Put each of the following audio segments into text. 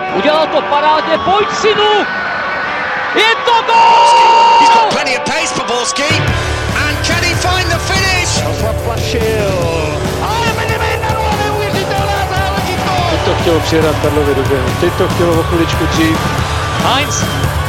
Udělal to parádně, pojď synu! Je to gól! He's got plenty of pace for Borski. And can he find the finish? Zaplašil. Ale Medvedev, neuvěřitelná záležitost! Teď to chtělo přijedat Karlovi do běhu, teď to chtělo o chviličku dřív. Heinz!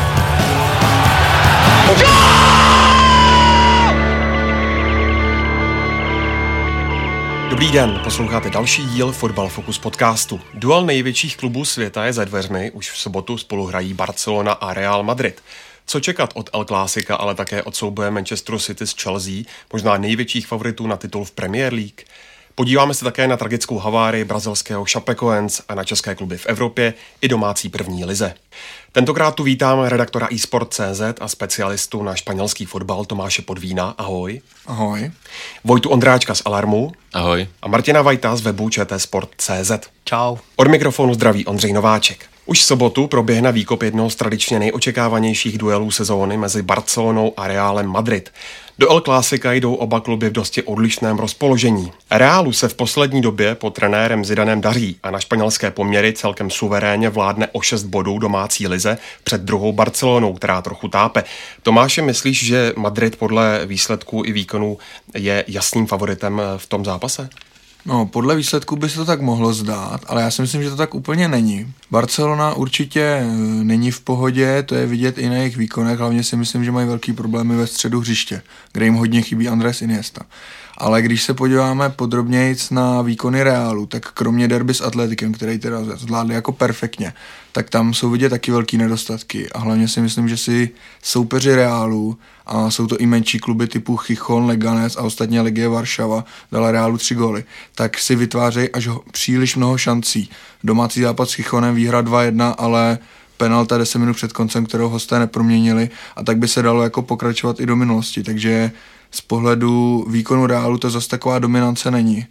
Dobrý den, posloucháte další díl Fotbal Focus podcastu. Duel největších klubů světa je za dveřmi, už v sobotu spolu hrají Barcelona a Real Madrid. Co čekat od El Clásica, ale také od souboje Manchesteru City s Chelsea, možná největších favoritů na titul v Premier League? Podíváme se také na tragickou havárii brazilského Chapecoense a na české kluby v Evropě i domácí první lize. Tentokrát tu vítáme redaktora eSport.cz a specialistu na španělský fotbal Tomáše Podvína. Ahoj. Ahoj. Vojtu Ondráčka z Alarmu. Ahoj. A Martina Vajta z webu čtsport.cz. Čau. Od mikrofonu zdraví Ondřej Nováček. Už v sobotu proběhne výkop jednoho z tradičně nejočekávanějších duelů sezóny mezi Barcelonou a Realem Madrid. Do El Clásica jdou oba kluby v dosti odlišném rozpoložení. Reálu se v poslední době pod trenérem Zidanem daří a na španělské poměry celkem suverénně vládne o 6 bodů domácí lize před druhou Barcelonou, která trochu tápe. Tomáše, myslíš, že Madrid podle výsledků i výkonů je jasným favoritem v tom zápase? No, podle výsledků by se to tak mohlo zdát, ale já si myslím, že to tak úplně není. Barcelona určitě není v pohodě, to je vidět i na jejich výkonech, hlavně si myslím, že mají velký problémy ve středu hřiště, kde jim hodně chybí Andrés Iniesta. Ale když se podíváme podrobněji na výkony Reálu, tak kromě derby s Atletikem, který teda zvládli jako perfektně, tak tam jsou vidět taky velký nedostatky a hlavně si myslím, že si soupeři Reálu, a jsou to i menší kluby typu Chichon, Leganés a ostatně Legie Varšava, dala Reálu 3 góly, tak si vytvářejí až příliš mnoho šancí. Domácí zápas s Chichonem výhra 2-1, ale penalta 10 minut před koncem, kterou hosté neproměnili, a tak by se dalo jako pokračovat i do minulosti, takže z pohledu výkonu Reálu to zase taková dominance není.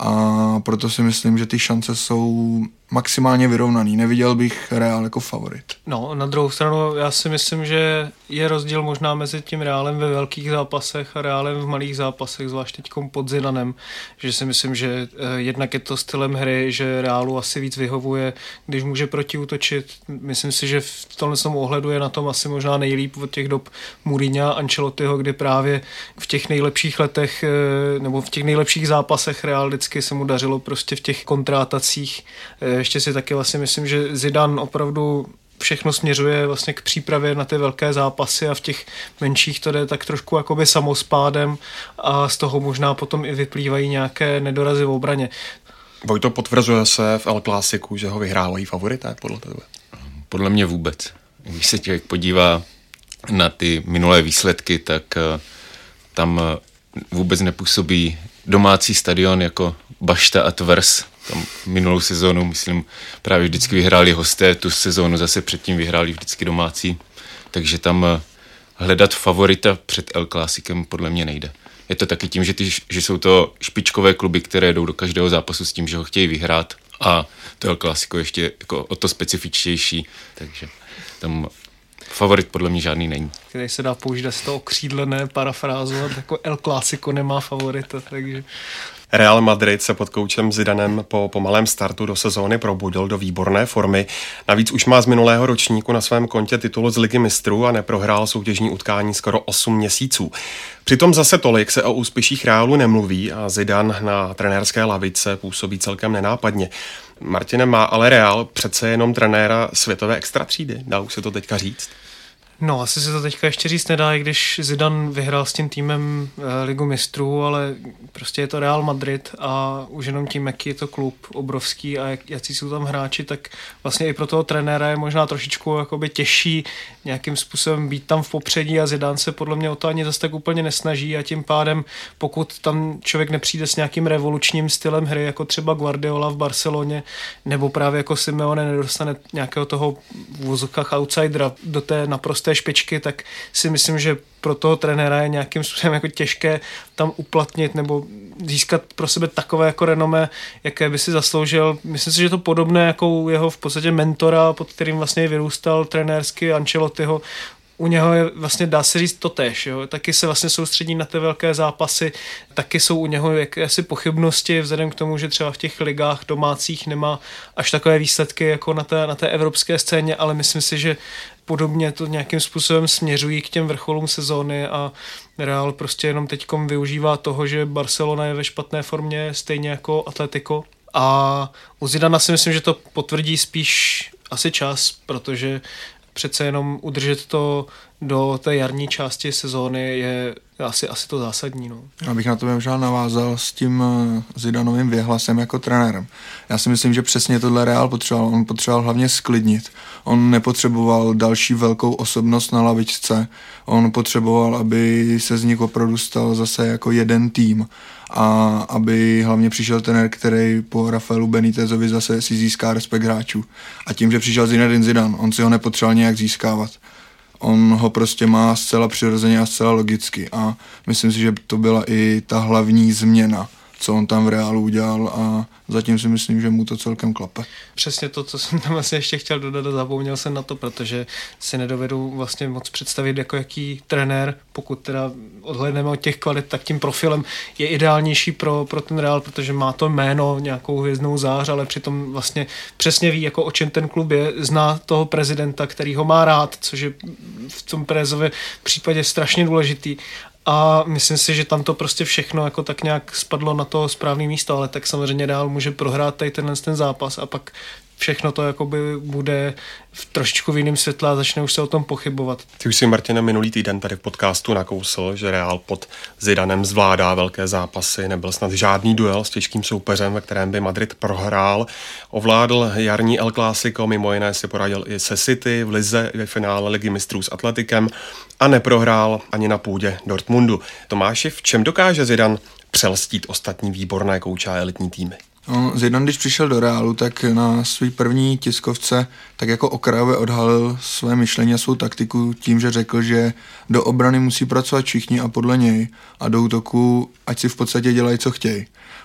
A proto si myslím, že ty šance jsou maximálně vyrovnaný. Neviděl bych Real jako favorit. No, na druhou stranu já si myslím, že je rozdíl možná mezi tím Realem ve velkých zápasech a Realem v malých zápasech, zvlášť teďkom pod Zidanem, že si myslím, že jednak je to stylem hry, že Realu asi víc vyhovuje, když může protiútočit. Myslím si, že v tomhle ohledu je na tom asi možná nejlíp od těch dob Mourinha a Ancelottiho, kdy právě v těch nejlepších letech nebo v těch nejlepších zápasech Real vždycky se mu dařilo prostě v těch kontratacích. Ještě si taky vlastně myslím, že Zidane opravdu všechno směřuje vlastně k přípravě na ty velké zápasy a v těch menších to jde tak trošku jakoby samospádem a z toho možná potom i vyplývají nějaké nedorazy v obraně. Vojto, potvrzuje se v El Clásicu, že ho vyhrávají favorité podle tebe? Podle mě vůbec. Když se člověk podívá na ty minulé výsledky, tak tam vůbec nepůsobí domácí stadion jako bašta a tvrz. Tam minulou sezónu, myslím, právě vždycky vyhráli hosté, tu sezónu zase předtím vyhráli vždycky domácí, takže tam hledat favorita před El Clásicem podle mě nejde. Je to taky tím, že jsou to špičkové kluby, které jdou do každého zápasu s tím, že ho chtějí vyhrát, a to El Clásico ještě jako o to specifičtější, takže tam favorit podle mě žádný není. Který se dá použít z toho okřídlené parafrázovat, jako El Clásico nemá favorita, takže... Real Madrid se pod koučem Zidanem po pomalém startu do sezóny probudil do výborné formy. Navíc už má z minulého ročníku na svém kontě titul z Ligy mistrů a neprohrál soutěžní utkání skoro 8 měsíců. Přitom zase tolik se o úspěších Realu nemluví a Zidane na trenérské lavice působí celkem nenápadně. Martine, má ale Real přece jenom trenéra světové extratřídy, dá už se to teďka říct? No, asi se to teďka ještě říct nedá, i když Zidane vyhrál s tím týmem Ligu mistrů, ale prostě je to Real Madrid a už jenom tím, jaký je to klub obrovský a jaký jsou tam hráči, tak vlastně i pro toho trenéra je možná trošičku jakoby těžší nějakým způsobem být tam v popředí a Zidane se podle mě o to ani zase tak úplně nesnaží a tím pádem, pokud tam člověk nepřijde s nějakým revolučním stylem hry, jako třeba Guardiola v Barceloně, nebo právě jako Simeone nedostane nějakého toho v vozovkách outsidera do té naprosté špičky, tak si myslím, že pro toho trenéra je nějakým způsobem jako těžké tam uplatnit nebo získat pro sebe takové jako renomé, jaké by si zasloužil. Myslím si, že to podobné jako jeho v podstatě mentora, pod kterým vlastně vyrůstal trenérsky Ancelottiho, u něho je vlastně, dá se říct, totéž. Jo? Taky se vlastně soustředí na ty velké zápasy, taky jsou u něho jakési pochybnosti vzhledem k tomu, že třeba v těch ligách domácích nemá až takové výsledky jako na té evropské scéně, ale myslím si, že podobně to nějakým způsobem směřují k těm vrcholům sezóny a Real prostě jenom teďkom využívá toho, že Barcelona je ve špatné formě, stejně jako Atletico. A u Zidana si myslím, že to potvrdí spíš asi čas, protože přece jenom udržet to do té jarní části sezóny je asi to zásadní. No. Abych na to možná navázal s tím Zidanovým věhlasem jako trenérem. Já si myslím, že přesně tohle Real potřeboval. On potřeboval hlavně sklidnit. On nepotřeboval další velkou osobnost na lavičce. On potřeboval, aby se z nich opravdu stal zase jako jeden tým. A aby hlavně přišel trenér, který po Rafaelu Benitezovi zase si získá respekt hráčů. A tím, že přišel Zinedine Zidane, on si ho nepotřeboval nějak získávat. On ho prostě má zcela přirozeně a zcela logicky a myslím si, že to byla i ta hlavní změna, co on tam v Reálu udělal a zatím si myslím, že mu to celkem klape. Přesně to, co jsem tam vlastně ještě chtěl dodat a zapomněl jsem na to, protože si nedovedu vlastně moc představit, jako jaký trenér, pokud teda odhlédneme od těch kvalit, tak tím profilem je ideálnější pro ten Real, protože má to jméno, nějakou hvězdnou zář, ale přitom vlastně přesně ví, jako o čem ten klub je, zná toho prezidenta, který ho má rád, což je v tom Pérezově případě strašně důležitý. A myslím si, že tam to prostě všechno jako tak nějak spadlo na to správné místo, ale tak samozřejmě Real může prohrát tady ten zápas a pak všechno to jakoby bude v trošičku v jiném světle a začne už se o tom pochybovat. Ty už si, Martina, minulý týden tady v podcastu nakousl, že Real pod Zidanem zvládá velké zápasy, nebyl snad žádný duel s těžkým soupeřem, ve kterém by Madrid prohrál. Ovládl jarní El Clásico, mimo jiné si poradil i se City v lize ve finále Ligy mistrů s Atletikem a neprohrál ani na půdě Dortmundu. Tomáši, v čem dokáže Zidane přelstít ostatní výborné kouče a elitní týmy? No, Zidane, když přišel do Reálu, tak na své první tiskovce tak jako okrajově odhalil své myšlení a svou taktiku tím, že řekl, že do obrany musí pracovat všichni a podle něj a do útoku ať si v podstatě dělají, co chtějí.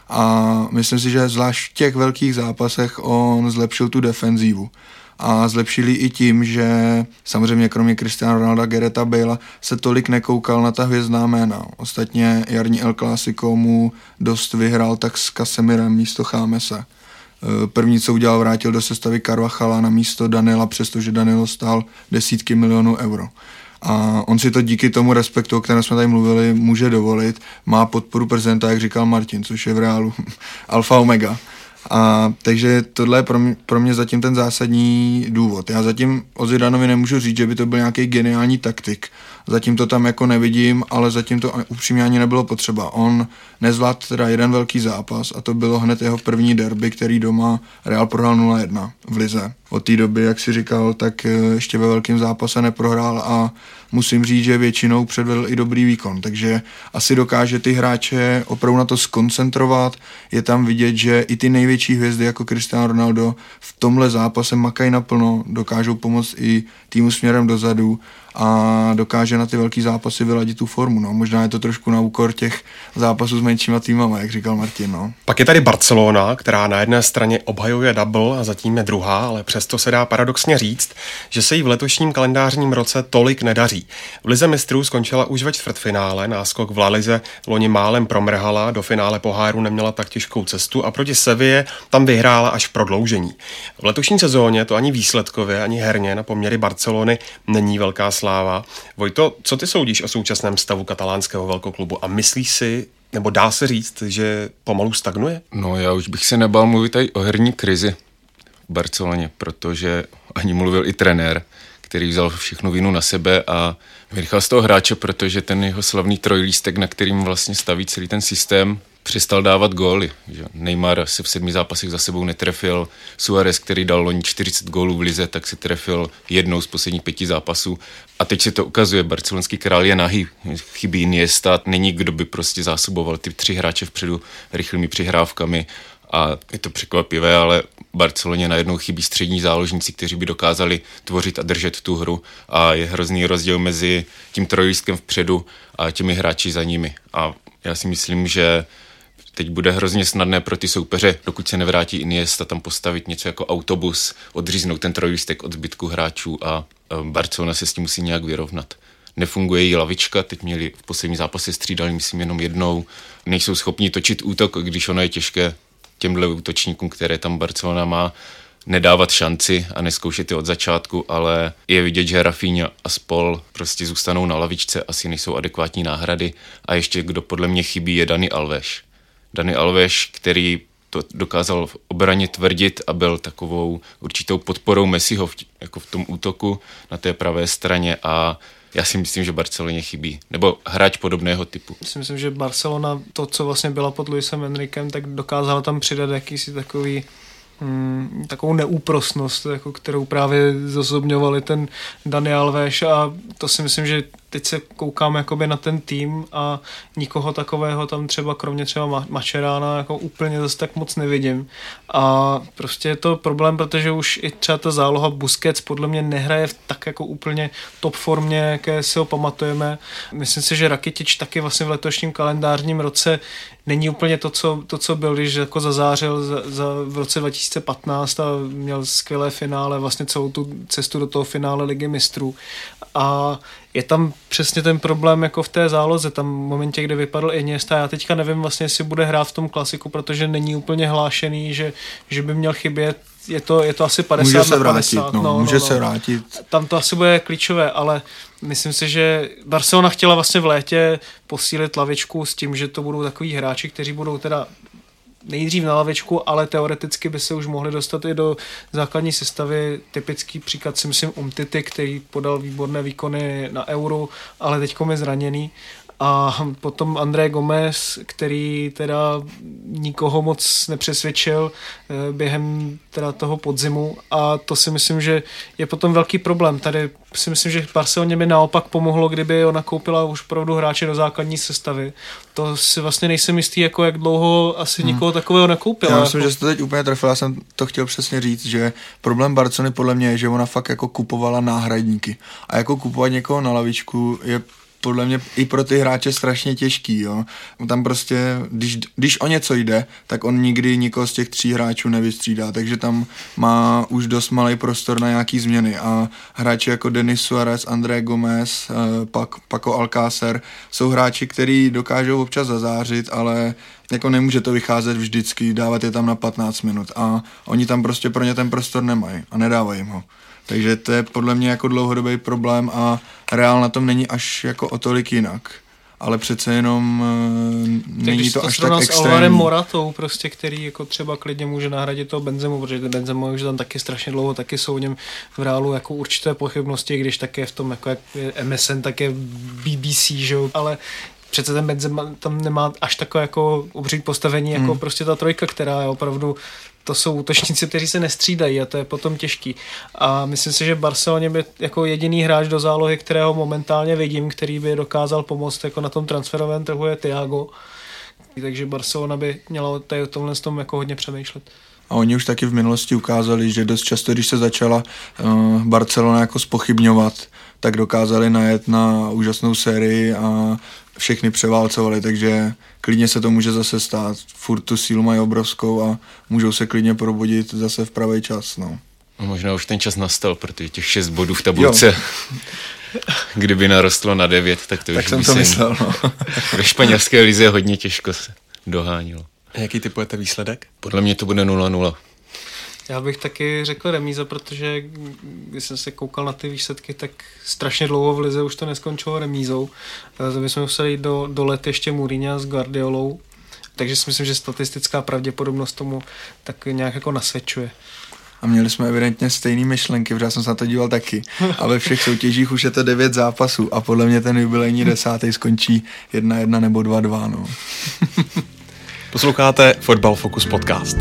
A myslím si, že zvlášť v těch velkých zápasech on zlepšil tu defenzívu. A zlepšili i tím, že samozřejmě kromě Cristiano Ronalda, Garretha Balea se tolik nekoukal na ta hvězdná jména. Ostatně jarní El Clásico mu dost vyhrál tak s Casemirem místo Chamese. První, co udělal, vrátil do sestavy Carvajala na místo Danila, přestože Danilo stál desítky milionů euro. A on si to díky tomu respektu, o kterém jsme tady mluvili, může dovolit. Má podporu prezidenta, jak říkal Martin, což je v Reálu alfa omega. A takže tohle je pro mě zatím ten zásadní důvod. Já zatím o Zidanovi nemůžu říct, že by to byl nějaký geniální taktik. Zatím to tam jako nevidím, ale zatím to upřímně ani nebylo potřeba. On nezvládl teda jeden velký zápas a to bylo hned jeho první derby, který doma Real prohrál 0-1 v lize. Od té doby, jak si říkal, tak ještě ve velkém zápase neprohrál a musím říct, že většinou předvedl i dobrý výkon, takže asi dokáže ty hráče opravdu na to zkoncentrovat. Je tam vidět, že i ty největší hvězdy jako Cristiano Ronaldo v tomhle zápase makají naplno, dokážou pomoct i týmu směrem dozadu a dokáže na ty velký zápasy vyladit tu formu. No. Možná je to trošku na úkor těch zápasů s menšíma týmama, jak říkal Martin. No. Pak je tady Barcelona, která na jedné straně obhajuje double a zatím je druhá, ale přesto se dá paradoxně říct, že se jí v letošním kalendářním roce tolik nedaří. V lize mistrů skončila už ve čtvrtfinále, náskok v La Lize loni málem promrhala, do finále poháru neměla tak těžkou cestu a proti Seville tam vyhrála až v prodloužení. V letošní sezóně to ani výsledkově, ani herně na poměry Barcelony není velká sláva. Vojto, co ty soudíš o současném stavu katalánského velkoklubu a myslíš si, nebo dá se říct, že pomalu stagnuje? No já už bych se nebál mluvit tady o herní krizi v Barceloně, protože ani mluvil i trenér, který vzal všechnu vinu na sebe a vynechal z toho hráče, protože ten jeho slavný trojlístek, na kterým vlastně staví celý ten systém, přestal dávat góly. Že? Neymar se v 7 zápasech za sebou netrefil. Suárez, který dal loni 40 gólů v lize, tak se trefil jednou z posledních 5 zápasů. A teď se to ukazuje, barcelonský král je nahý. Chybí Iniesta, není kdo by prostě zásoboval ty 3 hráče vpředu rychlými přihrávkami. A je to překvapivé, ale Barceloně najednou chybí střední záložníci, kteří by dokázali tvořit a držet tu hru. A je hrozný rozdíl mezi tím trojlístkem vpředu a těmi hráči za nimi. A já si myslím, že teď bude hrozně snadné pro ty soupeře, dokud se nevrátí Iniesta, tam postavit něco jako autobus, odříznout ten trojlistek od zbytku hráčů a Barcelona se s tím musí nějak vyrovnat. Nefunguje jí lavička, teď měli v posledním zápase střídali, myslím, jenom jednou. Nejsou schopni točit útok, když ono je těžké těmhle útočníkům, které tam Barcelona má, nedávat šanci a neskoušet je od začátku, ale je vidět, že Rafinha a spol prostě zůstanou na lavičce, asi nejsou adekvátní náhrady a ještě kdo podle mě chybí je Dani Alves. Dani Alves, který to dokázal v obraně tvrdit a byl takovou určitou podporou Messiho jako v tom útoku na té pravé straně a já si myslím, že Barceloně chybí. Nebo hráč podobného typu. Myslím, že Barcelona, to, co vlastně byla pod Luisem Enriquem, tak dokázala tam přidat jakýsi takovou neúprosnost, jako kterou právě zosobňovali ten Dani Alves a to si myslím, že teď se koukám jakoby na ten tým a nikoho takového tam třeba kromě třeba Macherána jako úplně zase tak moc nevidím a prostě je to problém, protože už i třeba ta záloha Busquets podle mě nehraje v tak jako úplně top formě, jaké si ho pamatujeme. Myslím si, že Rakitic taky vlastně v letošním kalendářním roce není úplně to, co byl, když jako zazářil v roce 2015 a měl skvělé finále, vlastně celou tu cestu do toho finále Ligy mistrů a je tam přesně ten problém jako v té záloze, tam v momentě, kdy vypadl Iniesta, já teďka nevím vlastně, jestli bude hrát v tom klasiku, protože není úplně hlášený, že by měl chybět, je to asi 50 může se na 50. Vrátit, může se vrátit. Tam to asi bude klíčové, ale myslím si, že Barcelona chtěla vlastně v létě posílit lavičku s tím, že to budou takový hráči, kteří budou teda nejdřív na lavičku, ale teoreticky by se už mohli dostat i do základní sestavy. Typický příklad si myslím Umtiti, který podal výborné výkony na Euro, ale teďkom je zraněný. A potom André Gomes, který teda nikoho moc nepřesvědčil během teda toho podzimu a to si myslím, že je potom velký problém. Tady si myslím, že Barceloně by naopak pomohlo, kdyby ona koupila už opravdu hráče do základní sestavy. To si vlastně nejsem jistý, jako jak dlouho asi nikoho takového nekoupila. Já myslím, že jsi to teď úplně trefil, já jsem to chtěl přesně říct, že problém Barcelony podle mě je, že ona fakt jako kupovala náhradníky a jako kupovat někoho na lavičku je podle mě i pro ty hráče strašně těžký, jo. Tam prostě, když o něco jde, tak on nikdy nikoho z těch 3 hráčů nevystřídá, takže tam má už dost malý prostor na nějaký změny a hráči jako Denis Suárez, André Gomes, Paco Alcácer jsou hráči, který dokážou občas zazářit, ale jako nemůže to vycházet vždycky, dávat je tam na 15 minut a oni tam prostě pro ně ten prostor nemají a nedávají jim ho. Takže to je podle mě jako dlouhodobý problém a Real na tom není až jako o tolik jinak. Ale přece jenom není to až tak extrémní. S Alvarem Moratou, prostě, který jako třeba klidně může nahradit toho Benzemu, protože ten Benzema už tam taky strašně dlouho, taky jsou v něm v Realu jako určité pochybnosti, když tak je v tom jako jak je MSN, tak je BBC, že jo, ale přece ten Benzema tam nemá až takové jako obří postavení, jako prostě ta trojka, která je opravdu, to jsou útočníci, kteří se nestřídají a to je potom těžký. A myslím si, že Barceloně by jako jediný hráč do zálohy, kterého momentálně vidím, který by dokázal pomoct jako na tom transferovém trhu, je Thiago. Takže Barcelona by měla o tomhle tom jako hodně přemýšlet. A oni už taky v minulosti ukázali, že dost často, když se začala Barcelona jako zpochybňovat, tak dokázali najet na úžasnou sérii a všechny převálcovali, takže klidně se to může zase stát. Furt tu sílu mají obrovskou a můžou se klidně probudit zase v pravý čas. No. Možná už ten čas nastal, protože těch 6 bodů v tabulce, kdyby narostlo na 9, tak to tak už jsem to myslel. No. Ve španělské lize hodně těžko se dohánilo. Jaký typujete výsledek? Podle mě to bude 0-0. Já bych taky řekl remíza, protože když jsem se koukal na ty výsledky, tak strašně dlouho v lize už to neskončilo remízou. To bychom museli jít do let ještě Mourinha s Guardiolou, takže si myslím, že statistická pravděpodobnost tomu tak nějak jako nasvědčuje. A měli jsme evidentně stejné myšlenky, protože já jsem se na to díval taky. A ve všech soutěžích už je to 9 zápasů a podle mě ten jubilejní 10. skončí 1-1 nebo 2-2. No. Posloucháte Fotbal Focus podcast.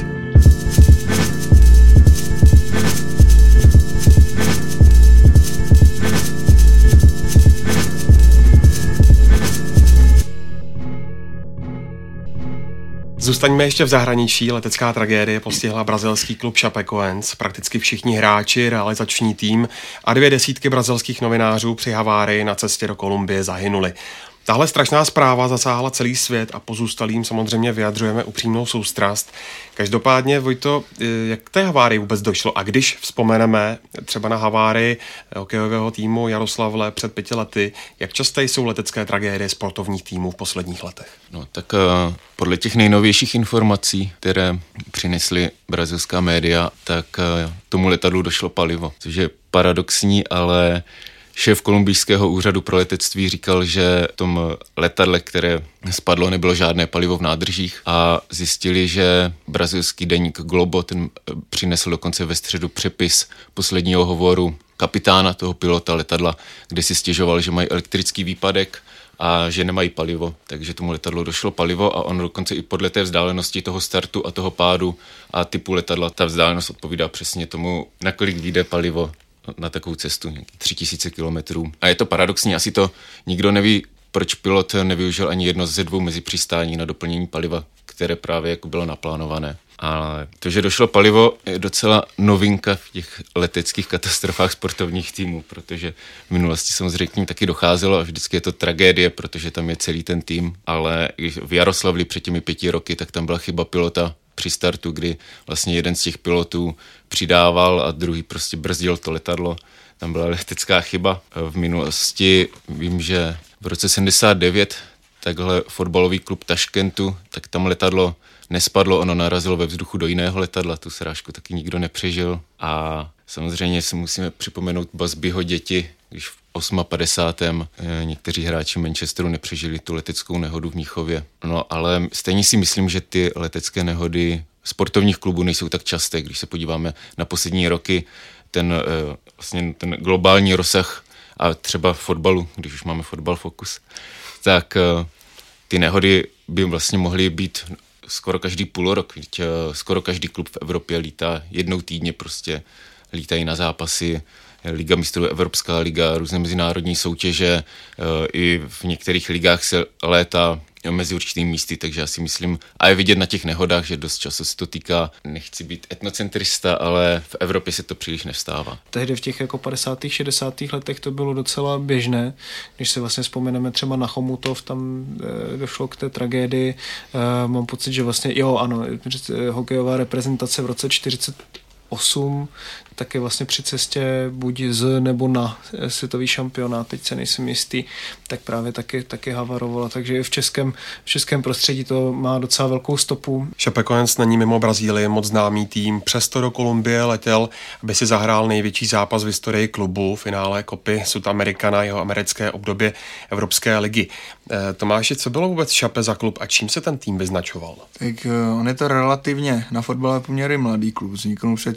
Zůstaňme ještě v zahraničí. Letecká tragédie postihla brazilský klub Chapecoense. Prakticky všichni hráči, realizační tým a 2 desítky brazilských novinářů při havárii na cestě do Kolumbie zahynuli. Tahle strašná zpráva zasáhla celý svět a pozůstalým samozřejmě vyjadřujeme upřímnou soustrast. Každopádně, Vojto, jak k té havárii vůbec došlo? A když vzpomeneme třeba na havárii hokejového týmu Jaroslavle před 5 lety, jak časté jsou letecké tragédie sportovních týmů v posledních letech? No tak podle těch nejnovějších informací, které přinesly brazilská média, tak tomu letadlu došlo palivo, což je paradoxní, ale šéf kolumbijského úřadu pro letectví říkal, že v tom letadle, které spadlo, nebylo žádné palivo v nádržích a zjistili, že brazilský deník Globo ten přinesl dokonce ve středu přepis posledního hovoru kapitána toho pilota letadla, kde si stěžoval, že mají elektrický výpadek a že nemají palivo, takže tomu letadlu došlo palivo a on dokonce i podle té vzdálenosti toho startu a toho pádu a typu letadla, ta vzdálenost odpovídá přesně tomu, nakolik vyjde palivo na takovou cestu, 3000 kilometrů. A je to paradoxní, asi to nikdo neví, proč pilot nevyužil ani jedno ze 2 mezipřistání na doplnění paliva, které právě jako bylo naplánované. Ale to, že došlo palivo, je docela novinka v těch leteckých katastrofách sportovních týmů, protože v minulosti samozřejmě k ním taky docházelo a vždycky je to tragédie, protože tam je celý ten tým, ale v Jaroslavli před těmi 5 roky, tak tam byla chyba pilota při startu, kdy vlastně jeden z těch pilotů přidával a druhý prostě brzdil to letadlo. Tam byla letecká chyba. V minulosti vím, že v roce 79 takhle fotbalový klub Taškentu, tak tam letadlo nespadlo, ono narazilo ve vzduchu do jiného letadla, tu srážku taky nikdo nepřežil. A samozřejmě si musíme připomenout Busbyho děti, když v 58. někteří hráči Manchesteru nepřežili tu leteckou nehodu v Mnichově. No ale stejně si myslím, že ty letecké nehody sportovních klubů nejsou tak časté, když se podíváme na poslední roky, ten globální rozsah a třeba fotbalu, když už máme Fotbal Focus, tak ty nehody by vlastně mohly být skoro každý půlrok, skoro každý klub v Evropě lítá jednou týdně, prostě lítají na zápasy, Liga mistrů, Evropská liga, různé mezinárodní soutěže, i v některých ligách se létá mezi určitými místy, takže já si myslím, a je vidět na těch nehodách, že dost často se to týká, nechci být etnocentrista, ale v Evropě se to příliš nevstává. Tehdy v těch jako 50. 60. letech to bylo docela běžné, když se vlastně vzpomeneme třeba na Chomutov, tam došlo k té tragédii, mám pocit, že vlastně, jo ano, hokejová reprezentace v roce 48, taky vlastně při cestě buď z nebo na světový šampionát, teď se nejsem jistý, tak právě taky havarovala, takže v českém prostředí to má docela velkou stopu. Chapecoense není mimo Brazílii moc známý tým, přesto do Kolumbie letěl, aby si zahrál největší zápas v historii klubu, finále Copy Sudamericana, jeho americké období Evropské ligy. Tomáši, co bylo vůbec Chape za klub a čím se ten tým vyznačoval? Tak on je to relativně na fotbalové poměry mladý klub, vzniknul před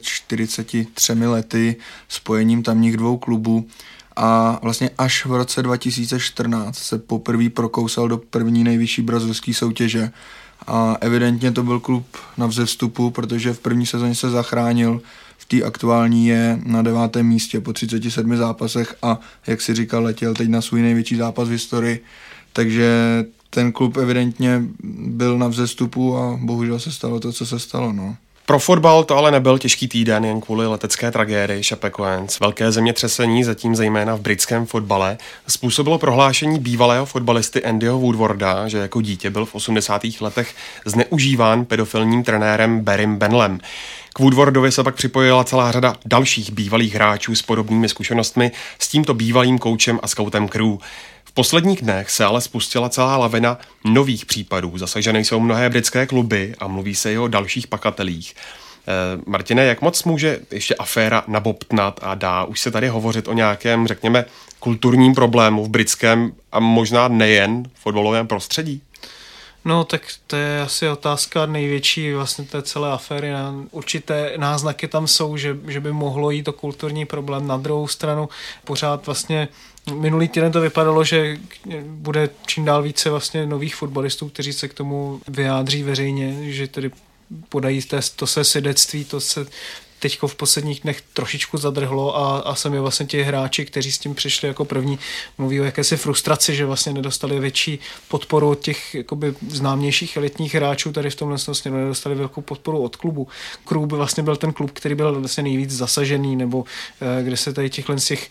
43 lety spojením tamních 2 klubů a vlastně až v roce 2014 se poprvé prokousal do první nejvyšší brazilské soutěže a evidentně to byl klub na vzestupu, protože v první sezóně se zachránil, v té aktuální je na 9. místě po 37 zápasech a jak si říkal, letěl teď na svůj největší zápas v historii, takže ten klub evidentně byl na vzestupu a bohužel se stalo to, co se stalo, no. Pro fotbal to ale nebyl těžký týden jen kvůli letecké tragédii Chapecoense. Velké zemětřesení, zatím zejména v britském fotbale, způsobilo prohlášení bývalého fotbalisty Andyho Woodwarda, že jako dítě byl v 80. letech zneužíván pedofilním trenérem Barrym Benlem. K Woodwardovi se pak připojila celá řada dalších bývalých hráčů s podobnými zkušenostmi s tímto bývalým koučem a skautem Crew. V posledních dnech se ale spustila celá lavina nových případů. Zasažené jsou mnohé britské kluby a mluví se i o dalších pachatelích. Martine, jak moc může ještě aféra nabobtnat a dá už se tady hovořit o nějakém, řekněme, kulturním problému v britském a možná nejen fotbalovém prostředí? No tak to je asi otázka největší vlastně té celé aféry. Určité náznaky tam jsou, že by mohlo jít o kulturní problém. Na druhou stranu pořád vlastně minulý týden to vypadalo, že bude čím dál více vlastně nových fotbalistů, kteří se k tomu vyjádří veřejně, že tedy podají to se svědectví, to se teďko v posledních dnech trošičku zadrhlo a sami vlastně ti hráči, kteří s tím přišli jako první, mluví o jakési frustraci, že vlastně nedostali větší podporu od těch jakoby známějších elitních hráčů, tady v tomhle směru nedostali velkou podporu od klubu. Crew by vlastně byl ten klub, který byl vlastně nejvíc zasažený, nebo kde se tady těchhle z těch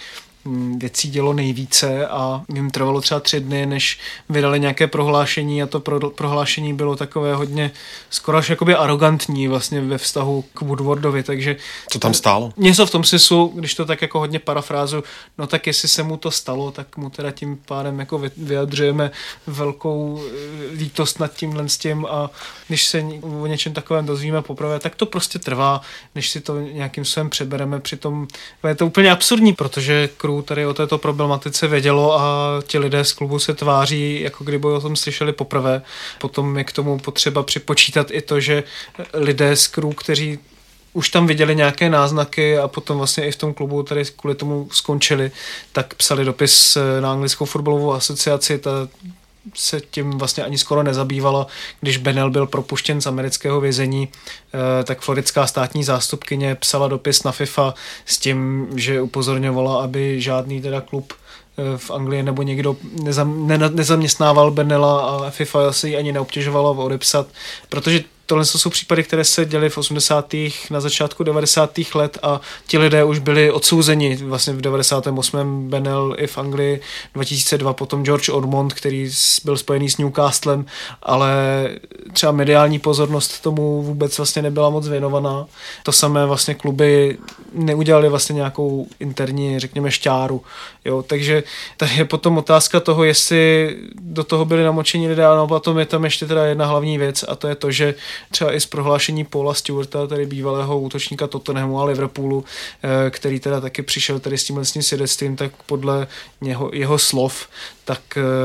věcí dělo nejvíce a jim trvalo třeba 3 dny, než vydali nějaké prohlášení a to prohlášení bylo takové hodně skoro až jakoby arrogantní vlastně ve vztahu k Woodwardovi, takže... Co tam stálo? Něco v tom smyslu, když to tak jako hodně parafrázu, no tak jestli se mu to stalo, tak mu teda tím pádem jako vyjadřujeme velkou lítost nad tímhle s tím a když se o něčem takovém dozvíme poprvé, tak to prostě trvá, než si to nějakým způsobem přebereme. Přitom je to úplně absurdní, protože crew tady o této problematice vědělo a ti lidé z klubu se tváří, jako kdyby o tom slyšeli poprvé. Potom je k tomu potřeba připočítat i to, že lidé z crew, kteří už tam viděli nějaké náznaky a potom vlastně i v tom klubu tady kvůli tomu skončili, tak psali dopis na anglickou fotbalovou asociaci, ta se tím vlastně ani skoro nezabývala. Když Bennell byl propuštěn z amerického vězení, tak floridská státní zástupkyně psala dopis na FIFA s tím, že upozorňovala, aby žádný teda klub v Anglii nebo někdo nezaměstnával Bennella a FIFA se ji ani neobtěžovala odepsat, protože tohle jsou případy, které se děly v 80. na začátku 90. let a ti lidé už byli odsouzeni vlastně v 98. Bennell i v Anglii, 2002 potom George Ormond, který byl spojený s Newcastlem, ale třeba mediální pozornost tomu vůbec vlastně nebyla moc věnovaná. To samé vlastně kluby neudělali vlastně nějakou interní, řekněme, šťáru. Jo, takže tady je potom otázka toho, jestli do toho byli namočení lidé, a potom je tam ještě teda jedna hlavní věc a to je to, že třeba i z prohlášení Paula Stewarta, tady bývalého útočníka Tottenhamu a Liverpoolu, který teda taky přišel tady s tímhle svědectvím, tak podle jeho slov, tak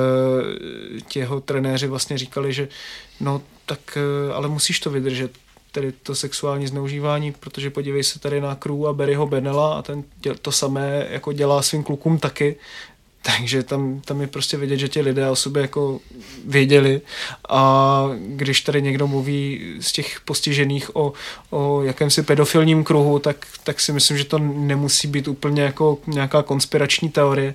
ti jeho trenéři vlastně říkali, že no tak ale musíš to vydržet, tedy to sexuální zneužívání, protože podívej se tady na crew a Barryho Bennella a ten to samé jako dělá svým klukům taky. Takže tam je prostě vidět, že ti lidé o sobě jako věděli a když tady někdo mluví z těch postižených o jakémsi pedofilním kruhu, tak si myslím, že to nemusí být úplně jako nějaká konspirační teorie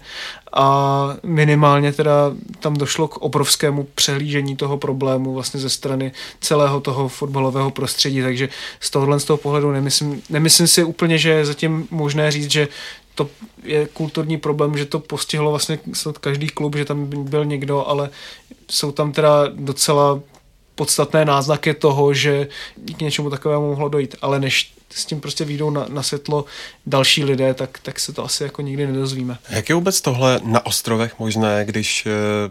a minimálně teda tam došlo k obrovskému přehlížení toho problému vlastně ze strany celého toho fotbalového prostředí, takže z toho pohledu nemyslím si úplně, že je zatím možné říct, že to je kulturní problém, že to postihlo vlastně každý klub, že tam byl někdo, ale jsou tam teda docela podstatné náznaky toho, že k něčemu takovému mohlo dojít, ale než s tím prostě vyjdou na světlo další lidé, tak se to asi jako nikdy nedozvíme. Jak je vůbec tohle na ostrovech možné, když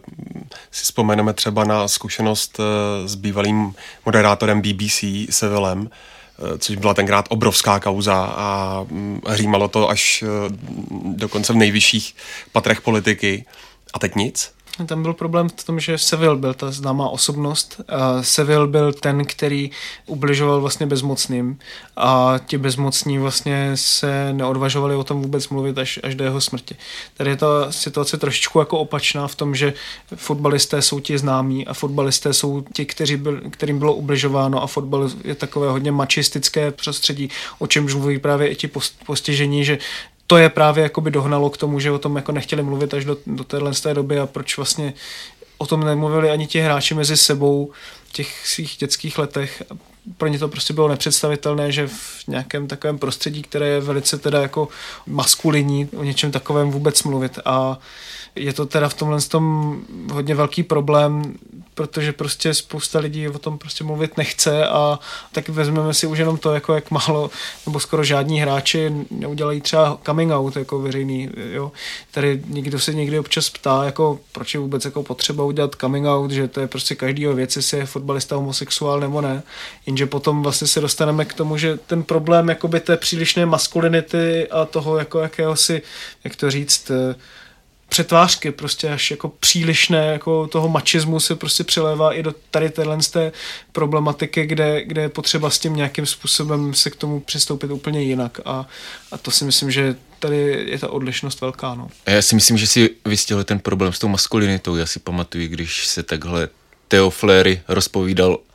si vzpomeneme třeba na zkušenost s bývalým moderátorem BBC Sevillem, což byla tenkrát obrovská kauza a hřímalo to až dokonce v nejvyšších patrech politiky. A teď nic? Tam byl problém v tom, že Seville byl ta známá osobnost. Seville byl ten, který ubližoval vlastně bezmocným a ti bezmocní vlastně se neodvažovali o tom vůbec mluvit až do jeho smrti. Tady je ta situace trošičku jako opačná v tom, že fotbalisté jsou ti známí a fotbalisté jsou ti, kterým bylo ubližováno a fotbal je takové hodně mačistické prostředí, o čemž mluví právě i ti postižení, že to je právě jakoby dohnalo k tomu, že o tom jako nechtěli mluvit až do téhle doby a proč vlastně o tom nemluvili ani ti hráči mezi sebou v těch svých dětských letech. Pro ně to prostě bylo nepředstavitelné, že v nějakém takovém prostředí, které je velice teda jako maskulinní, o něčem takovém vůbec mluvit a je to teda v tomhle tom hodně velký problém, protože prostě spousta lidí o tom prostě mluvit nechce a tak vezmeme si už jenom to, jako jak málo nebo skoro žádní hráči neudělají třeba coming out jako veřejný, jo. Tady někdo se někdy občas ptá, jako proč je vůbec jako potřeba udělat coming out, že to je prostě každýho věc, jestli je fotbalista homosexuál nebo ne, jenže potom vlastně se dostaneme k tomu, že ten problém jakoby té přílišné maskulinity a toho jako jakéhosi, jak to říct, přetvářky, prostě až jako přílišné, jako toho mačismu se prostě přilévá i do tady téhle problematiky, kde je potřeba s tím nějakým způsobem se k tomu přistoupit úplně jinak a to si myslím, že tady je ta odlišnost velká. No. Já si myslím, že si vystihl ten problém s tou maskulinitou. Já si pamatuju, když se takhle Theo Fleury rozpovídal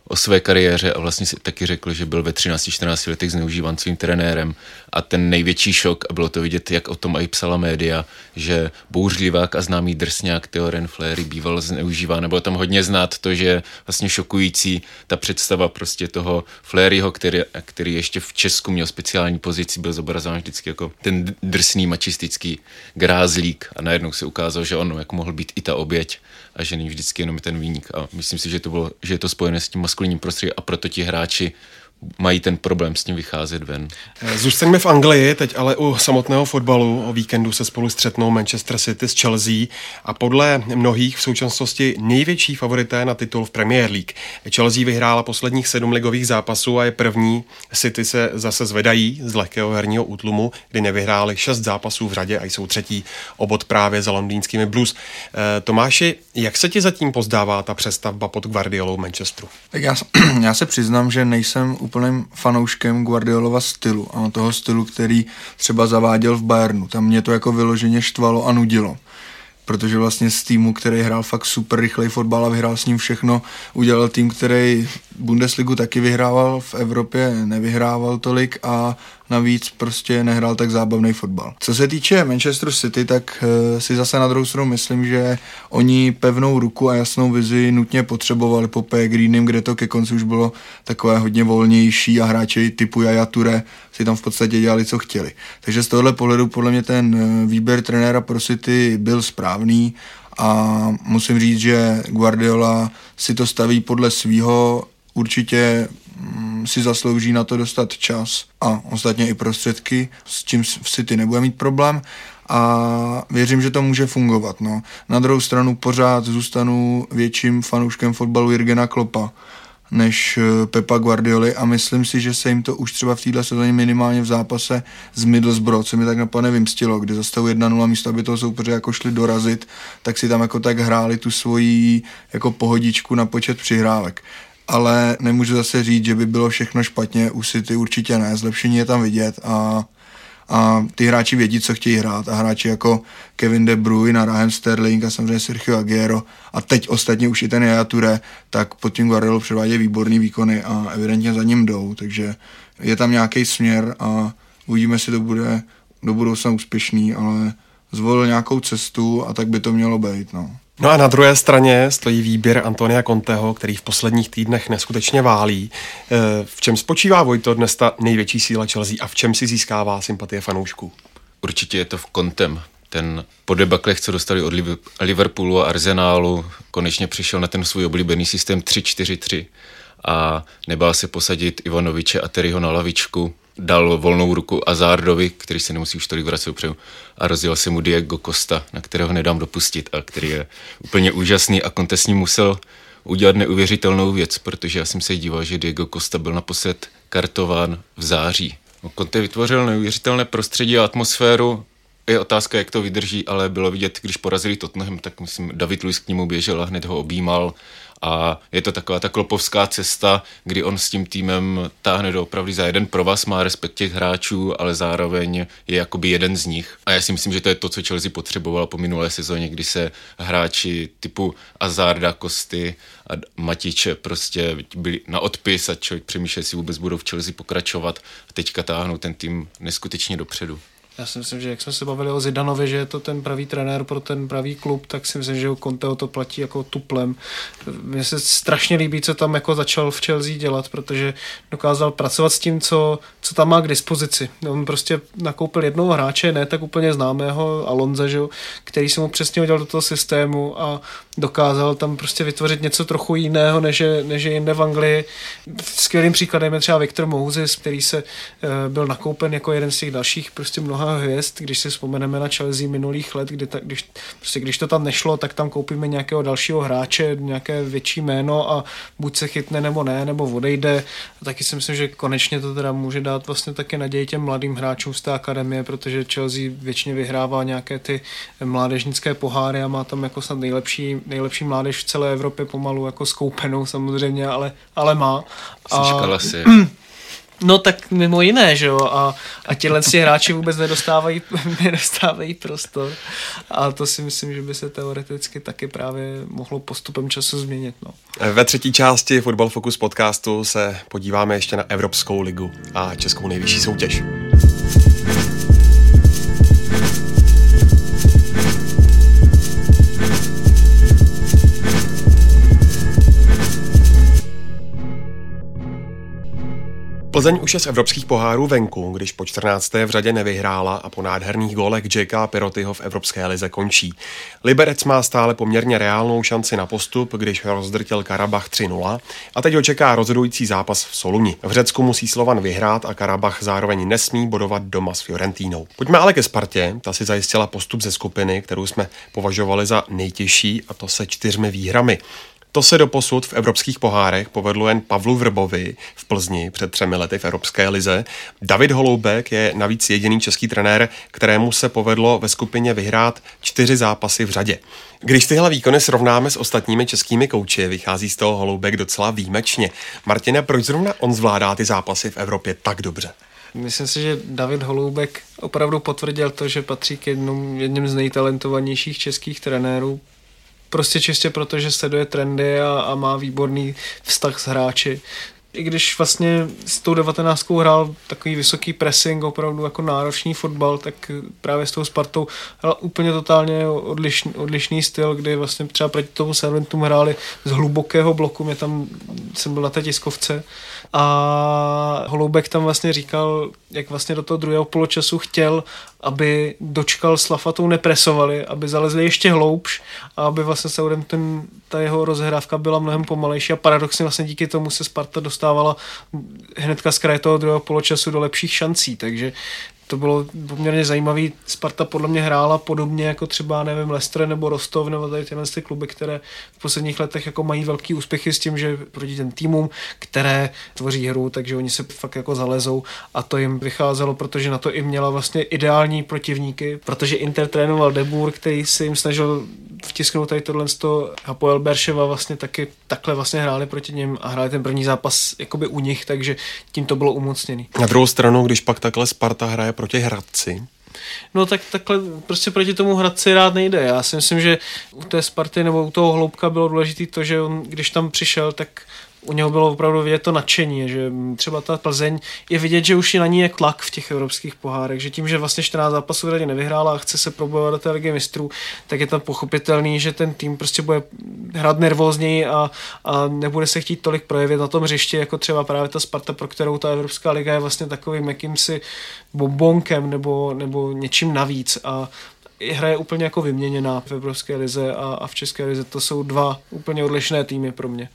o své kariéře a vlastně si taky řekl, že byl ve 13-14 letech zneužíván svým trenérem a ten největší šok, a bylo to vidět, jak o tom i psala média, že bouřlivák a známý drsňák Théoren Fleury býval zneužíván. Bylo tam hodně znát to, že vlastně šokující ta představa prostě toho Fleuryho, který ještě v Česku měl speciální pozici, byl zobrazován vždycky jako ten drsný mačistický grázlík a najednou se ukázalo, že on jak mohl být i ta oběť a že není vždycky jenom ten viník. A myslím si, že je to spojené s tím maskulinním prostředím a proto ti hráči mají ten problém s tím vycházet ven. Zůstaňme v Anglii, teď ale u samotného fotbalu. O víkendu se spolu střetnou Manchester City s Chelsea a podle mnohých v současnosti největší favorité na titul v Premier League. Chelsea vyhrála posledních 7 ligových zápasů a je první. City se zase zvedají z lehkého herního útlumu, kdy nevyhráli 6 zápasů v řadě a jsou třetí o bod právě za londýnskými Blues. Tomáši, jak se ti zatím pozdává ta přestavba pod Guardiolou Manchesteru? Tak já se přiznám, že nejsem úplným fanouškem Guardiolova stylu a toho stylu, který třeba zaváděl v Bayernu. Tam mě to jako vyloženě štvalo a nudilo. Protože vlastně z týmu, který hrál fakt super rychlej fotbal a vyhrál s ním všechno, udělal tým, který Bundesligu taky vyhrával, v Evropě nevyhrával tolik a navíc prostě nehrál tak zábavný fotbal. Co se týče Manchesteru City, tak si zase na druhou stranu myslím, že oni pevnou ruku a jasnou vizi nutně potřebovali po Pellegrinem, kde to ke konci už bylo takové hodně volnější a hráči typu Yaya Touré si tam v podstatě dělali, co chtěli. Takže z tohohle pohledu podle mě ten výběr trenéra pro City byl správný a musím říct, že Guardiola si to staví podle svýho, určitě si zaslouží na to dostat čas a ostatně i prostředky, s čím v City nebude mít problém a věřím, že to může fungovat. No. Na druhou stranu pořád zůstanu větším fanouškem fotbalu Jurgena Kloppa než Pepa Guardioli a myslím si, že se jim to už třeba v této sezóně minimálně v zápase z Middlesbrough, co mi tak napadne vymstilo, kde za stavu 1-0 místo, aby toho soupeře jako šli dorazit, tak si tam jako tak hráli tu svoji jako pohodičku na počet přihrávek. Ale nemůžu zase říct, že by bylo všechno špatně, u City určitě ne, zlepšení je tam vidět a ty hráči vědí, co chtějí hrát a hráči jako Kevin De Bruyne a Raheem Sterling a samozřejmě Sergio Aguero a teď ostatně už i ten Yaya Touré, tak pod tím Guardiolou předvádějí výborný výkony a evidentně za ním jdou, takže je tam nějaký směr a uvidíme, jestli to bude do budoucna úspěšný, ale zvolil nějakou cestu a tak by to mělo být, no. No a na druhé straně stojí výběr Antonia Conteho, který v posledních týdnech neskutečně válí. V čem spočívá, Vojto, dnes ta největší síla Chelsea a v čem si získává sympatie fanoušků? Určitě je to v Contem. Ten po debaklech, co dostali od Liverpoolu a Arsenálu, konečně přišel na ten svůj oblíbený systém 3-4-3 a nebál se posadit Ivanoviče a Terryho na lavičku. Dal volnou ruku Hazardovi, který se nemusí už tolik vracet upředu, a rozjel se mu Diego Costa, na kterého nedám dopustit a který je úplně úžasný a Conte s ním musel udělat neuvěřitelnou věc, protože já jsem se díval, že Diego Costa byl naposled kartován v září. Conte vytvořil neuvěřitelné prostředí a atmosféru, je otázka, jak to vydrží, ale bylo vidět, když porazili Tottenham, tak myslím, David Luiz k němu běžel a hned ho objímal. A je to taková ta klopovská cesta, kdy on s tím týmem táhne doopravdy za jeden provaz, má respekt těch hráčů, ale zároveň je jakoby jeden z nich. A já si myslím, že to je to, co Chelsea potřeboval po minulé sezóně, kdy se hráči typu Hazarda, Costy a Matiče prostě byli na odpis a člověk přemýšlel, jestli vůbec budou v Chelsea pokračovat a teďka táhnou ten tým neskutečně dopředu. Já si myslím, že jak jsme se bavili o Zidanovi, že je to ten pravý trenér pro ten pravý klub, tak si myslím, že u Conteho to platí jako tuplem. Mně se strašně líbí, co tam jako začal v Chelsea dělat, protože dokázal pracovat s tím, co tam má k dispozici. On prostě nakoupil jednoho hráče, ne tak úplně známého, Alonza, že, který se mu přesně udělal do toho systému a dokázal tam prostě vytvořit něco trochu jiného, než je jinde v Anglii. Skvělým příkladem je třeba Victor Moses, který se byl nakoupen jako jeden z těch dalších prostě mnoha hvězd, když si vzpomeneme na Chelsea minulých let, když to tam nešlo, tak tam koupíme nějakého dalšího hráče, nějaké větší jméno a buď se chytne nebo ne, nebo odejde. A taky si myslím, že konečně to teda může dát vlastně taky naději těm mladým hráčům z té akademie, protože Chelsea většině vyhrává nějaké ty mládežnické poháry a má tam jako snad nejlepší mládež v celé Evropě pomalu jako skoupenou samozřejmě, ale má. No tak mimo jiné, že jo, a těhle hráči vůbec nedostávají prostor a to si myslím, že by se teoreticky taky právě mohlo postupem času změnit. No. Ve třetí části Football Focus podcastu se podíváme ještě na Evropskou ligu a českou nejvyšší soutěž. Plzeň už je z evropských pohárů venku, když po 14. v řadě nevyhrála a po nádherných gólech Jacka Pirotyho v Evropské lize končí. Liberec má stále poměrně reálnou šanci na postup, když rozdrtil Karabach 3-0 a teď ho čeká rozhodující zápas v Soluni. V Řecku musí Slovan vyhrát a Karabach zároveň nesmí bodovat doma s Fiorentínou. Pojďme ale ke Spartě, ta si zajistila postup ze skupiny, kterou jsme považovali za nejtěžší, a to se 4 výhrami. To se doposud v evropských pohárech povedlo jen Pavlu Vrbovi v Plzni před 3 lety v Evropské lize. David Holoubek je navíc jediný český trenér, kterému se povedlo ve skupině vyhrát 4 zápasy v řadě. Když tyhle výkony srovnáme s ostatními českými kouči, vychází z toho Holoubek docela výjimečně. Martine, proč zrovna on zvládá ty zápasy v Evropě tak dobře? Myslím si, že David Holoubek opravdu potvrdil to, že patří k jedním z nejtalentovanějších českých trenérů. Prostě čistě proto, že sleduje trendy a má výborný vztah s hráči. I když vlastně s tou 19 hrál takový vysoký pressing, opravdu jako náročný fotbal, tak právě s tou Spartou hrál úplně totálně odlišný styl, kdy vlastně třeba proti tomu Serventum hráli z hlubokého bloku, jsem byl na té tiskovce a Holoubek tam vlastně říkal, jak vlastně do toho druhého poločasu chtěl, aby dočkal s Lafatou nepresovali, aby zalezli ještě hloubš a aby vlastně ta jeho rozhrávka byla mnohem pomalejší a paradoxně vlastně díky tomu se Sparta dostávala hnedka z kraje toho druhého poločasu do lepších šancí, takže to bylo poměrně zajímavý. Sparta podle mě hrála podobně jako třeba, nevím, Leicester nebo Rostov nebo tady tyhle kluby, které v posledních letech jako mají velký úspěchy s tím, že proti těm týmům, které tvoří hru, takže oni se fakt jako zalezou a to jim vycházelo, protože na to i měla vlastně ideální protivníky, protože Inter trénoval De Boer, který se jim snažil vtisknout tady tohle Hapoel Berševa vlastně taky takhle vlastně hráli proti něm a hráli ten první zápas jakoby u nich, takže tím to bylo umocněný. Na druhou stranu, když pak takhle Sparta hraje proti Hradci. No tak takhle prostě proti tomu Hradci rád nejde. Já si myslím, že u té Sparty nebo u toho Hloubka bylo důležité to, že on, když tam přišel, tak u něho bylo opravdu vidět to nadšení, že třeba ta Plzeň je vidět, že už je na ní jak tlak v těch evropských pohárech, že tím, že vlastně 14 zápasů v řadě nevyhrála a chce se probojovat do té ligy mistrů, tak je tam pochopitelný, že ten tým prostě bude hrát nervózněji a nebude se chtít tolik projevit na tom hřišti, jako třeba právě ta Sparta, pro kterou ta Evropská liga je vlastně takovým jakýmsi bombonkem nebo něčím navíc a hraje úplně jako vyměněná v Evropské lize a v České lize. To jsou 2 úplně odlišné týmy pro mě.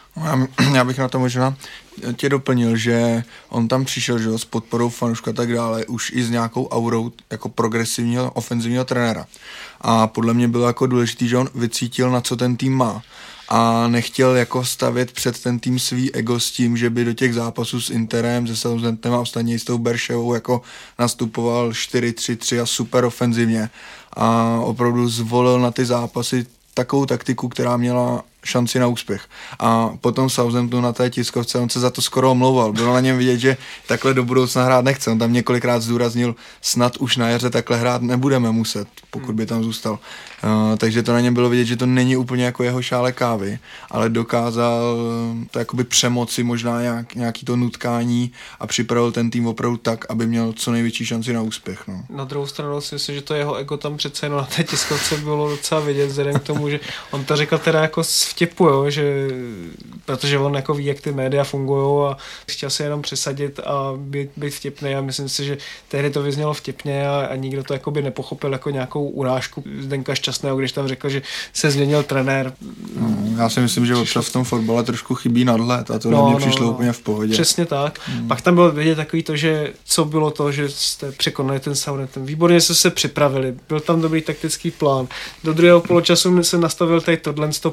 Já bych na to možná tě doplnil, že on tam přišel, že s podporou fanouška a tak dále, už i s nějakou aurou jako progresivního ofenzivního trenéra. A podle mě bylo jako důležitý, že on vycítil, na co ten tým má. A nechtěl jako stavět před ten tým svý ego s tím, že by do těch zápasů s Interem, se Southamptonem a ostatně s tou Berševou jako nastupoval 4-3-3 a super ofenzivně. A opravdu zvolil na ty zápasy takovou taktiku, která měla šanci na úspěch. A potom Southampton na té tiskovce, on se za to skoro omlouval. Bylo na něm vidět, že takhle do budoucna hrát nechce. On tam několikrát zdůraznil, snad už na jaře takhle hrát nebudeme muset, pokud by tam zůstal. Takže to na něm bylo vidět, že to není úplně jako jeho šále kávy, ale dokázal to jakoby přemoci možná nějaký to nutkání a připravil ten tým opravdu tak, aby měl co největší šanci na úspěch. No. Na druhou stranu si myslím, že to jeho ego tam přece jenom na té tiskovce bylo docela vidět, vzhledem k tomu, že on to říkal teda jako vtipu, jo, že, protože on jako ví, jak ty média fungují a chtěl se jenom přesadit a být vtipný a myslím si, že tehdy to vyznělo vtipně a nikdo to jakoby nepochopil jako nějakou urážku Zdenka Šťastného, když tam řekl, že se změnil trenér. Já si myslím, že občas v tom fotbale trošku chybí nadhled a to na mě přišlo úplně v pohodě. Přesně tak. Pak tam bylo vidět takový to, že co bylo to, že jste překonali ten Southampton. Výborně jste se připravili, byl tam dobrý taktický plán. Do druhého poločasu se nastavil tady tohle, to pomohlo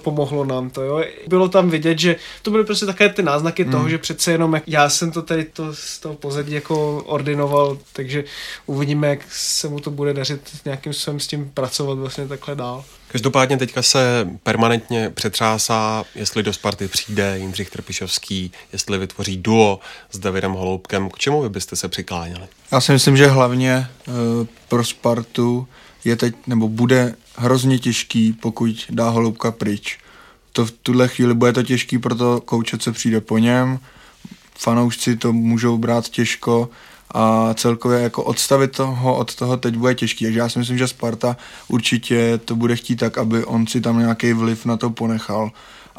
nám to, jo. Bylo tam vidět, že to byly prostě také ty náznaky toho, že přece jenom já jsem to tady z toho pozadí jako ordinoval, takže uvidíme, jak se mu to bude dařit nějakým způsobem s tím pracovat vlastně takhle dál. Každopádně teďka se permanentně přetřásá, jestli do Sparty přijde Jindřich Trpišovský, jestli vytvoří duo s Davidem Holoubkem. K čemu vy byste se přikláněli? Já si myslím, že hlavně pro Spartu je teď, nebo bude hrozně těžký, pokud dá Holoubka pryč. To v tuhle chvíli bude to těžký, proto kouče, co přijde po něm. Fanoušci to můžou brát těžko a celkově jako odstavit toho od toho teď bude těžký. Takže já si myslím, že Sparta určitě to bude chtít tak, aby on si tam nějaký vliv na to ponechal.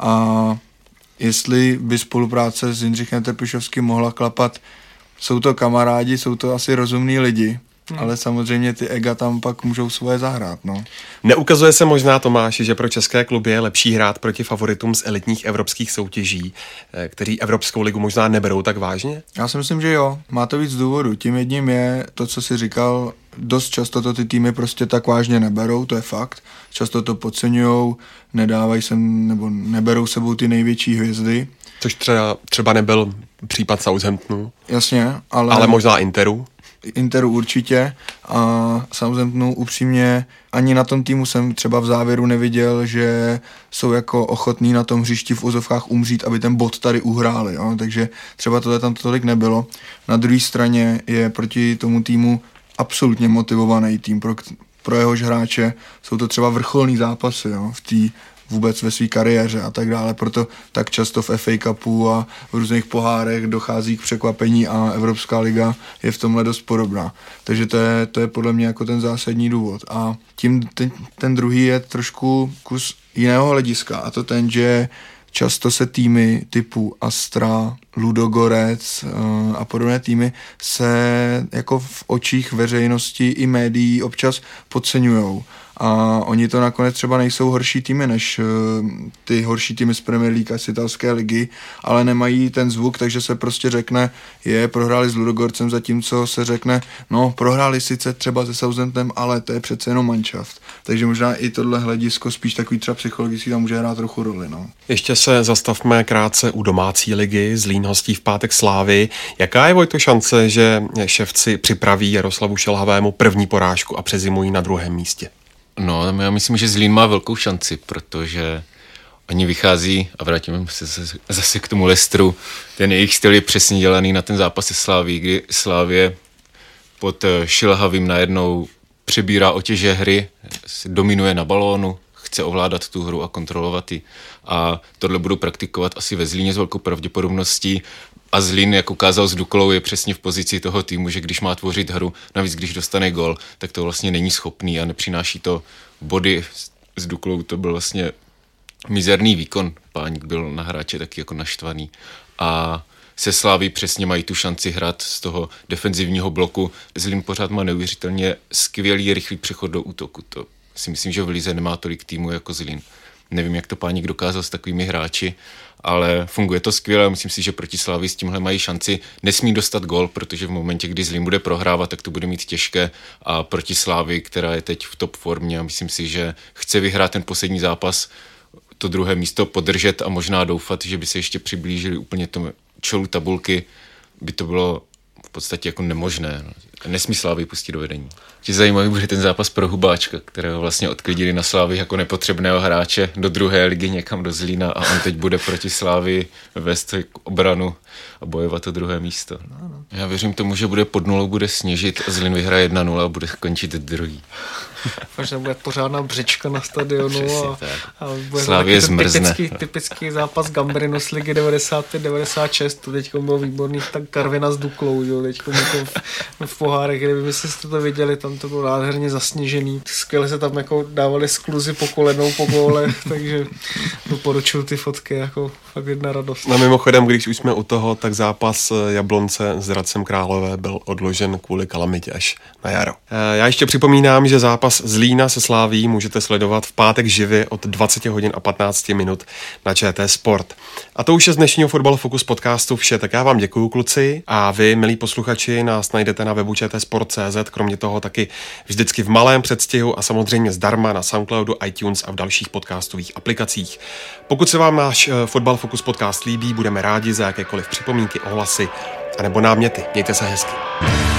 A jestli by spolupráce s Jindřichem Trpišovským mohla klapat, jsou to kamarádi, jsou to asi rozumní lidi, ale samozřejmě ty ega tam pak můžou svoje zahrát. No. Neukazuje se možná, Tomáši, že pro české kluby je lepší hrát proti favoritům z elitních evropských soutěží, kteří Evropskou ligu možná neberou tak vážně? Já si myslím, že jo. Má to víc důvodů. Tím jedním je to, co jsi říkal, dost často to ty týmy prostě tak vážně neberou, to je fakt. Často to podceňujou, nedávají sem nebo neberou sebou ty největší hvězdy. Což třeba nebyl případ Southamptonu. Jasně, ale možná Interu. Interu určitě a Southamptonu upřímně ani na tom týmu jsem třeba v závěru neviděl, že jsou jako ochotní na tom hřišti v úzovkách umřít, aby ten bod tady uhráli, jo? Takže třeba tohle tam tolik nebylo. Na druhé straně je proti tomu týmu absolutně motivovaný tým, pro jehož hráče jsou to třeba vrcholný zápasy, jo? V té vůbec ve své kariéře a tak dále, proto tak často v FA Cupu a v různých pohárech dochází k překvapení a Evropská liga je v tomhle dost podobná. Takže to je podle mě jako ten zásadní důvod. A tím ten druhý je trošku kus jiného hlediska a to ten, že často se týmy typu Astra, Ludogorec a podobné týmy se jako v očích veřejnosti i médií občas podceňujou. A oni to nakonec třeba nejsou horší týmy než ty horší týmy z Premier League a z italské ligy, ale nemají ten zvuk, takže se prostě řekne, prohráli s Ludogorcem, zatímco se řekne, no prohráli sice třeba se Southamptonem, ale to je přece jenom manšaft. Takže možná i tohle hledisko spíš takový třeba psychologický tam může hrát trochu roli. No. Ještě se zastavme krátce u domácí ligy. Zlín hostí v pátek Slávy. Jaká je, Vojto, šance, že ševci připraví Jaroslavu Šilhavému první porážku a přezimují na druhém místě? No, já myslím, že Zlín má velkou šanci, protože oni vychází, a vrátíme se zase k tomu Leicesteru, ten jejich styl je přesně dělaný na ten zápas se Slaví, kdy Slávě pod Šilhavým najednou přebírá otěže hry, dominuje na balónu, chce ovládat tu hru a kontrolovat ji. A tohle budou praktikovat asi ve Zlíně s velkou pravděpodobností. A Zlín, jak ukázal s Duklou, je přesně v pozici toho týmu, že když má tvořit hru, navíc když dostane gol, tak to vlastně není schopný a nepřináší to body. S Duklou to byl vlastně mizerný výkon. Páník byl na hráče taky jako naštvaný. A se Sláví přesně mají tu šanci hrát z toho defenzivního bloku. Zlín pořád má neuvěřitelně skvělý rychlý přechod do útoku. To si myslím, že v lize nemá tolik týmu jako Zlín. Nevím, jak to Páník dokázal s takovými hráči, ale funguje to skvěle a myslím si, že proti Slávii s tímhle mají šanci. Nesmí dostat gól, protože v momentě, kdy Zlín bude prohrávat, tak to bude mít těžké a proti Slávii, která je teď v top formě a myslím si, že chce vyhrát ten poslední zápas, to druhé místo podržet a možná doufat, že by se ještě přiblížili úplně tomu čelu tabulky, by to bylo v podstatě jako nemožné. Nesmí Slávii pustit do vedení. Zajímavý bude ten zápas pro Hubáčka, kterého vlastně odklidili na Slávii jako nepotřebného hráče do druhé ligy někam do Zlína a on teď bude proti Slávii vést obranu a bojovat o druhé místo. Já věřím tomu, že bude pod nulou, bude sněžit a Zlín vyhraje 1-0 a bude končit druhý. Možná bude pořádná břečka na stadionu a bude Slávie zmrzne. Typický zápas Gambrino z ligy 95-96, to teď bylo výborný, tak Karvina s Duklou, jo, teď v pohárech, kdyby jste to viděli, tam to bylo nádherně zasněžený, skvěle se tam jako dávali skluzy po kolenou, po gólech, takže doporučuji ty fotky, jako fakt jedna radost. No mimochodem, když už jsme u toho, tak zápas Jablonce s Hradcem Králové byl odložen kvůli kalamitě až na jaro. Já ještě připomínám, že zápas Zlína se Sláví můžete sledovat v pátek živě od 20 hodin a 15 minut na ČT Sport. A to už je z dnešního Fotbal Focus podcastu vše, tak já vám děkuju, kluci, a vy, milí posluchači, nás najdete na webu ČT-sport.cz, kromě toho taky vždycky v malém předstihu a samozřejmě zdarma na Soundcloudu, iTunes a v dalších podcastových aplikacích. Pokud se vám náš Fotbal Focus podcast líbí, budeme rádi za jakékoliv připomínky, ohlasy anebo náměty. Mějte se hezky.